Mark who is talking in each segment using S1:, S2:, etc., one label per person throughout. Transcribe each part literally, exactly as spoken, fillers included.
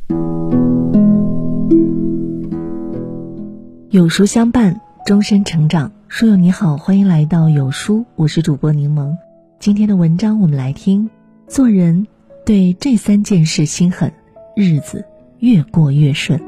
S1: 有书相伴，终身成长。书友你好，欢迎来到有书，我是主播柠檬。今天的文章我们来听，做人对这三件事心狠，日子越过越顺。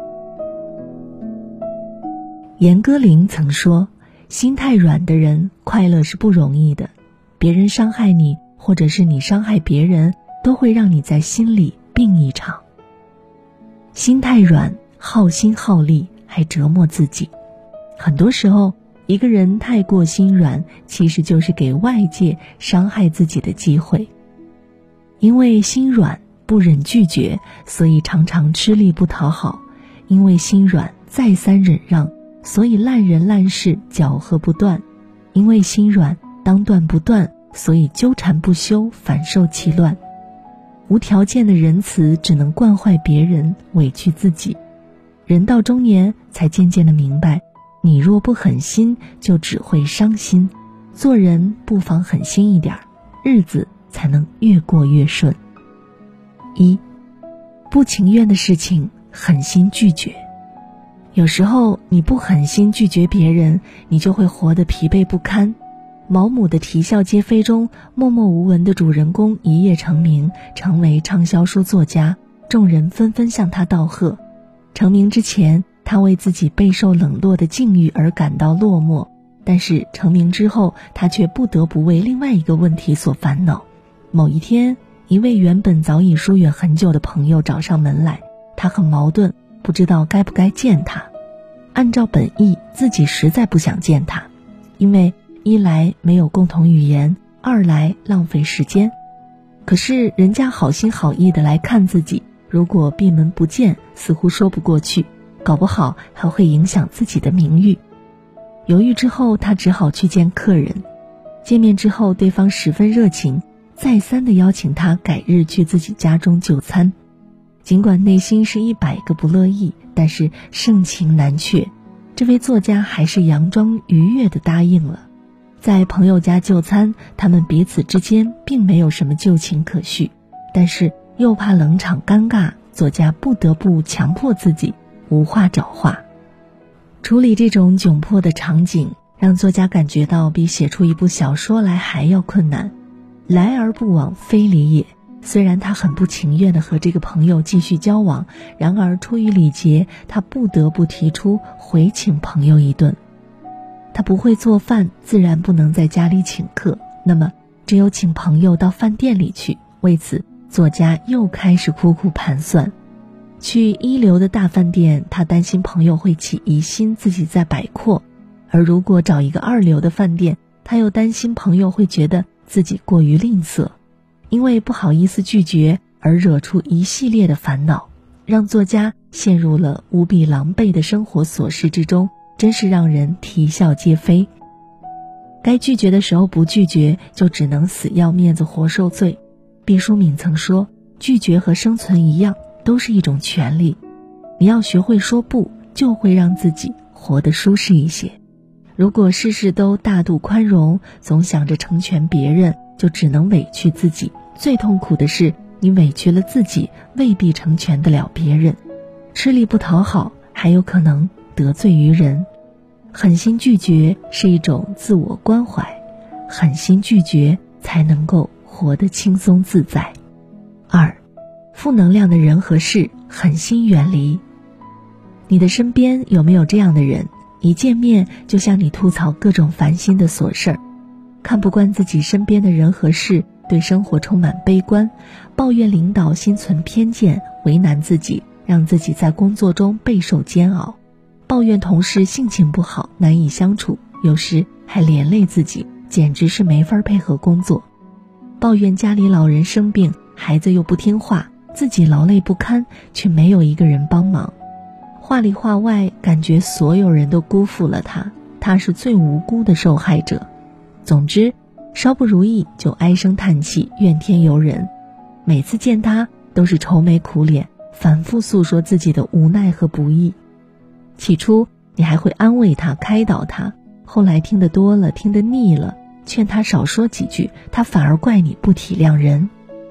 S1: 严歌苓曾说，心太软的人快乐是不容易的，别人伤害你，或者是你伤害别人，都会让你在心里病一场。心太软，耗心耗力，还折磨自己。很多时候，一个人太过心软，其实就是给外界伤害自己的机会。因为心软，不忍拒绝，所以常常吃力不讨好；因为心软，再三忍让，所以烂人烂事搅和不断；因为心软，当断不断，所以纠缠不休，反受其乱。无条件的仁慈只能惯坏别人，委屈自己。人到中年才渐渐地明白，你若不狠心，就只会伤心。做人不妨狠心一点，日子才能越过越顺。一，不情愿的事情，狠心拒绝。有时候你不狠心拒绝别人，你就会活得疲惫不堪。毛姆的《啼笑皆非》中，默默无闻的主人公一夜成名，成为畅销书作家，众人纷纷向他道贺。成名之前，他为自己备受冷落的境遇而感到落寞，但是成名之后，他却不得不为另外一个问题所烦恼。某一天，一位原本早已疏远很久的朋友找上门来，他很矛盾，不知道该不该见他。按照本意，自己实在不想见他，因为一来没有共同语言，二来浪费时间。可是人家好心好意的来看自己，如果闭门不见，似乎说不过去，搞不好还会影响自己的名誉。犹豫之后，他只好去见客人。见面之后，对方十分热情，再三地邀请他改日去自己家中就餐。尽管内心是一百个不乐意，但是盛情难却，这位作家还是佯装愉悦地答应了。在朋友家就餐，他们彼此之间并没有什么旧情可续，但是又怕冷场尴尬，作家不得不强迫自己无话找话。处理这种窘迫的场景，让作家感觉到比写出一部小说来还要困难。来而不往非礼也，虽然他很不情愿地和这个朋友继续交往，然而出于礼节，他不得不提出回请朋友一顿。他不会做饭，自然不能在家里请客，那么只有请朋友到饭店里去。为此，作家又开始苦苦盘算。去一流的大饭店，他担心朋友会起疑心自己在摆阔；而如果找一个二流的饭店，他又担心朋友会觉得自己过于吝啬。因为不好意思拒绝而惹出一系列的烦恼，让作家陷入了无比狼狈的生活琐事之中，真是让人啼笑皆非。该拒绝的时候不拒绝，就只能死要面子活受罪。毕淑敏曾说，拒绝和生存一样，都是一种权利。你要学会说不，就会让自己活得舒适一些。如果事事都大度宽容，总想着成全别人，就只能委屈自己。最痛苦的是，你委屈了自己，未必成全得了别人。吃力不讨好，还有可能得罪于人。狠心拒绝是一种自我关怀，狠心拒绝才能够活得轻松自在。二，负能量的人和事，狠心远离。你的身边有没有这样的人，一见面就向你吐槽各种烦心的琐事儿，看不惯自己身边的人和事，对生活充满悲观，抱怨领导心存偏见，为难自己，让自己在工作中备受煎熬，抱怨同事性情不好，难以相处，有时还连累自己，简直是没法配合工作。抱怨家里老人生病，孩子又不听话，自己劳累不堪，却没有一个人帮忙。话里话外，感觉所有人都辜负了他，他是最无辜的受害者。总之，稍不如意就唉声叹气，怨天尤人。每次见他都是愁眉苦脸，反复诉说自己的无奈和不易。起初你还会安慰他，开导他，后来听得多了，听得腻了，劝他少说几句，他反而怪你不体谅人。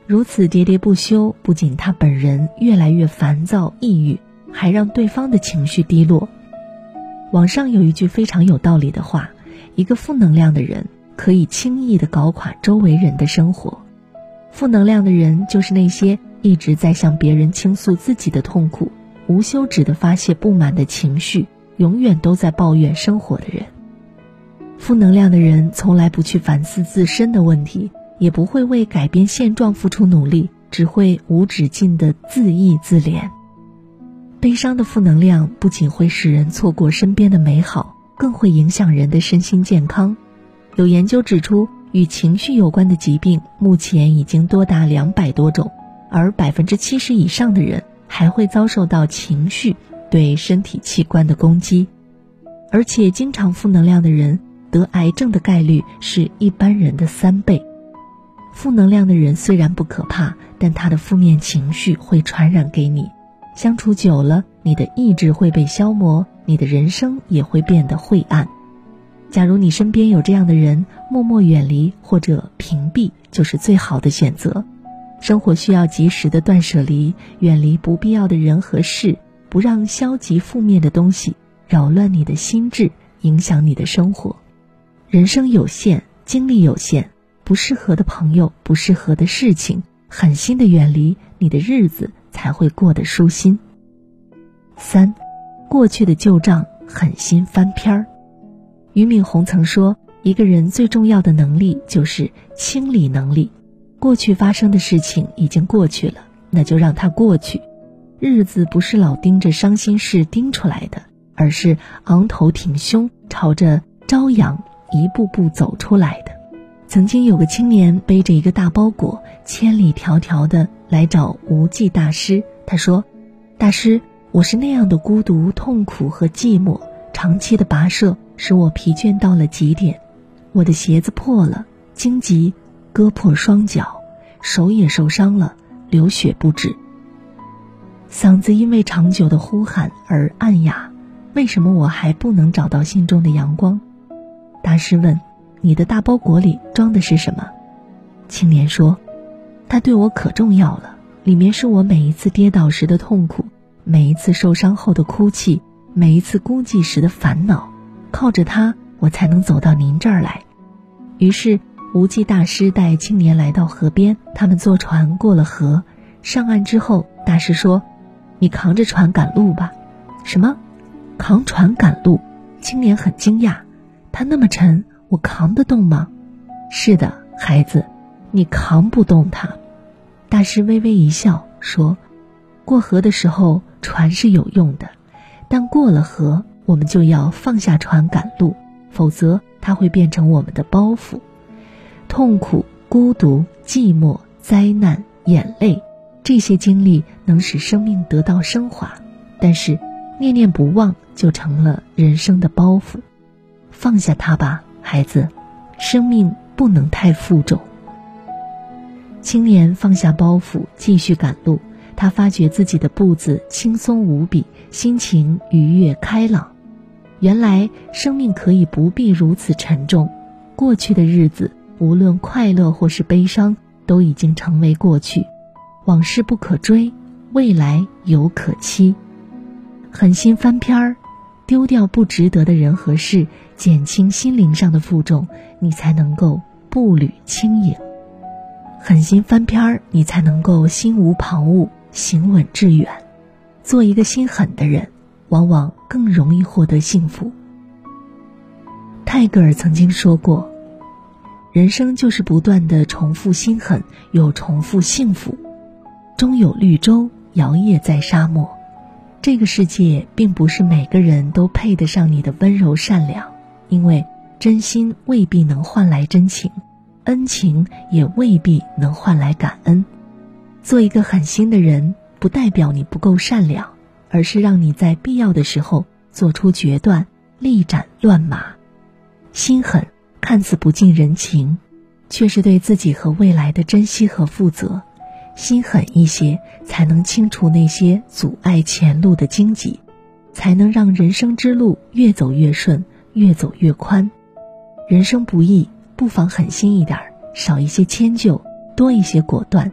S1: 如此喋喋不休，不仅他本人越来越烦躁抑郁，还让对方的情绪低落。网上有一句非常有道理的话，一个负能量的人可以轻易地搞垮周围人的生活。负能量的人就是那些一直在向别人倾诉自己的痛苦，无休止地发泄不满的情绪，永远都在抱怨生活的人。负能量的人从来不去反思自身的问题，也不会为改变现状付出努力，只会无止境地自缢自怜。悲伤的负能量不仅会使人错过身边的美好，更会影响人的身心健康。有研究指出，与情绪有关的疾病目前已经多达两百多种，而 百分之七十 以上的人还会遭受到情绪对身体器官的攻击。而且经常负能量的人得癌症的概率是一般人的三倍。负能量的人虽然不可怕，但他的负面情绪会传染给你，相处久了，你的意志会被消磨，你的人生也会变得晦暗。假如你身边有这样的人，默默远离或者屏蔽就是最好的选择。生活需要及时的断舍离，远离不必要的人和事，不让消极负面的东西扰乱你的心智，影响你的生活。人生有限，精力有限，不适合的朋友，不适合的事情，狠心的远离，你的日子才会过得舒心。三，过去的旧账，狠心翻篇儿。俞敏洪曾说，一个人最重要的能力就是清理能力。过去发生的事情已经过去了，那就让它过去。日子不是老盯着伤心事盯出来的，而是昂头挺胸，朝着朝阳一步步走出来的。曾经有个青年背着一个大包裹，千里迢迢的来找无忌大师。他说，大师，我是那样的孤独、痛苦和寂寞，长期的跋涉使我疲倦到了极点。我的鞋子破了，荆棘割破双脚，手也受伤了，流血不止。嗓子因为长久的呼喊而暗哑，为什么我还不能找到心中的阳光？大师问，你的大包裹里装的是什么？青年说，它对我可重要了，里面是我每一次跌倒时的痛苦，每一次受伤后的哭泣，每一次孤寂时的烦恼，靠着它，我才能走到您这儿来。于是无忌大师带青年来到河边，他们坐船过了河。上岸之后，大师说，你扛着船赶路吧。什么？扛船赶路？青年很惊讶，它那么沉，我扛得动吗？是的，孩子，你扛不动它。大师微微一笑说，过河的时候船是有用的，但过了河，我们就要放下船赶路，否则它会变成我们的包袱。痛苦、孤独、寂寞、灾难、眼泪，这些经历能使生命得到升华，但是念念不忘就成了人生的包袱。放下它吧，孩子，生命不能太负重。青年放下包袱，继续赶路。他发觉自己的步子轻松无比，心情愉悦开朗。原来生命可以不必如此沉重，过去的日子无论快乐或是悲伤，都已经成为过去，往事不可追，未来犹可期。狠心翻篇儿，丢掉不值得的人和事，减轻心灵上的负重，你才能够步履轻盈。狠心翻篇儿，你才能够心无旁骛，行稳致远。做一个心狠的人，往往更容易获得幸福。泰戈尔曾经说过，人生就是不断的重复心狠，又重复幸福，终有绿洲摇曳在沙漠。这个世界并不是每个人都配得上你的温柔善良，因为真心未必能换来真情，恩情也未必能换来感恩。做一个狠心的人，不代表你不够善良，而是让你在必要的时候做出决断，力斩乱麻。心狠看似不近人情，却是对自己和未来的珍惜和负责。心狠一些，才能清除那些阻碍前路的荆棘，才能让人生之路越走越顺，越走越宽。人生不易，不妨狠心一点，少一些迁就，多一些果断，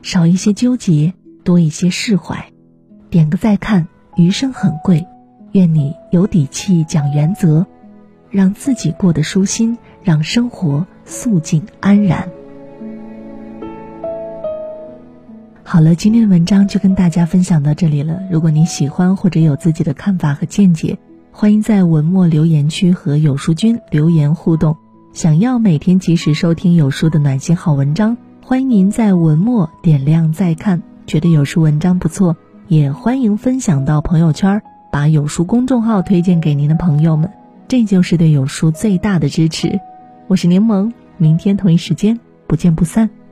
S1: 少一些纠结，多一些释怀。点个再看，余生很贵，愿你有底气讲原则，让自己过得舒心，让生活肃静安然。好了，今天的文章就跟大家分享到这里了。如果你喜欢或者有自己的看法和见解，欢迎在文末留言区和有书君留言互动。想要每天及时收听有书的暖心好文章，欢迎您在文末点亮再看。觉得有书文章不错，也欢迎分享到朋友圈，把有书公众号推荐给您的朋友们，这就是对有书最大的支持。我是柠檬，明天同一时间不见不散。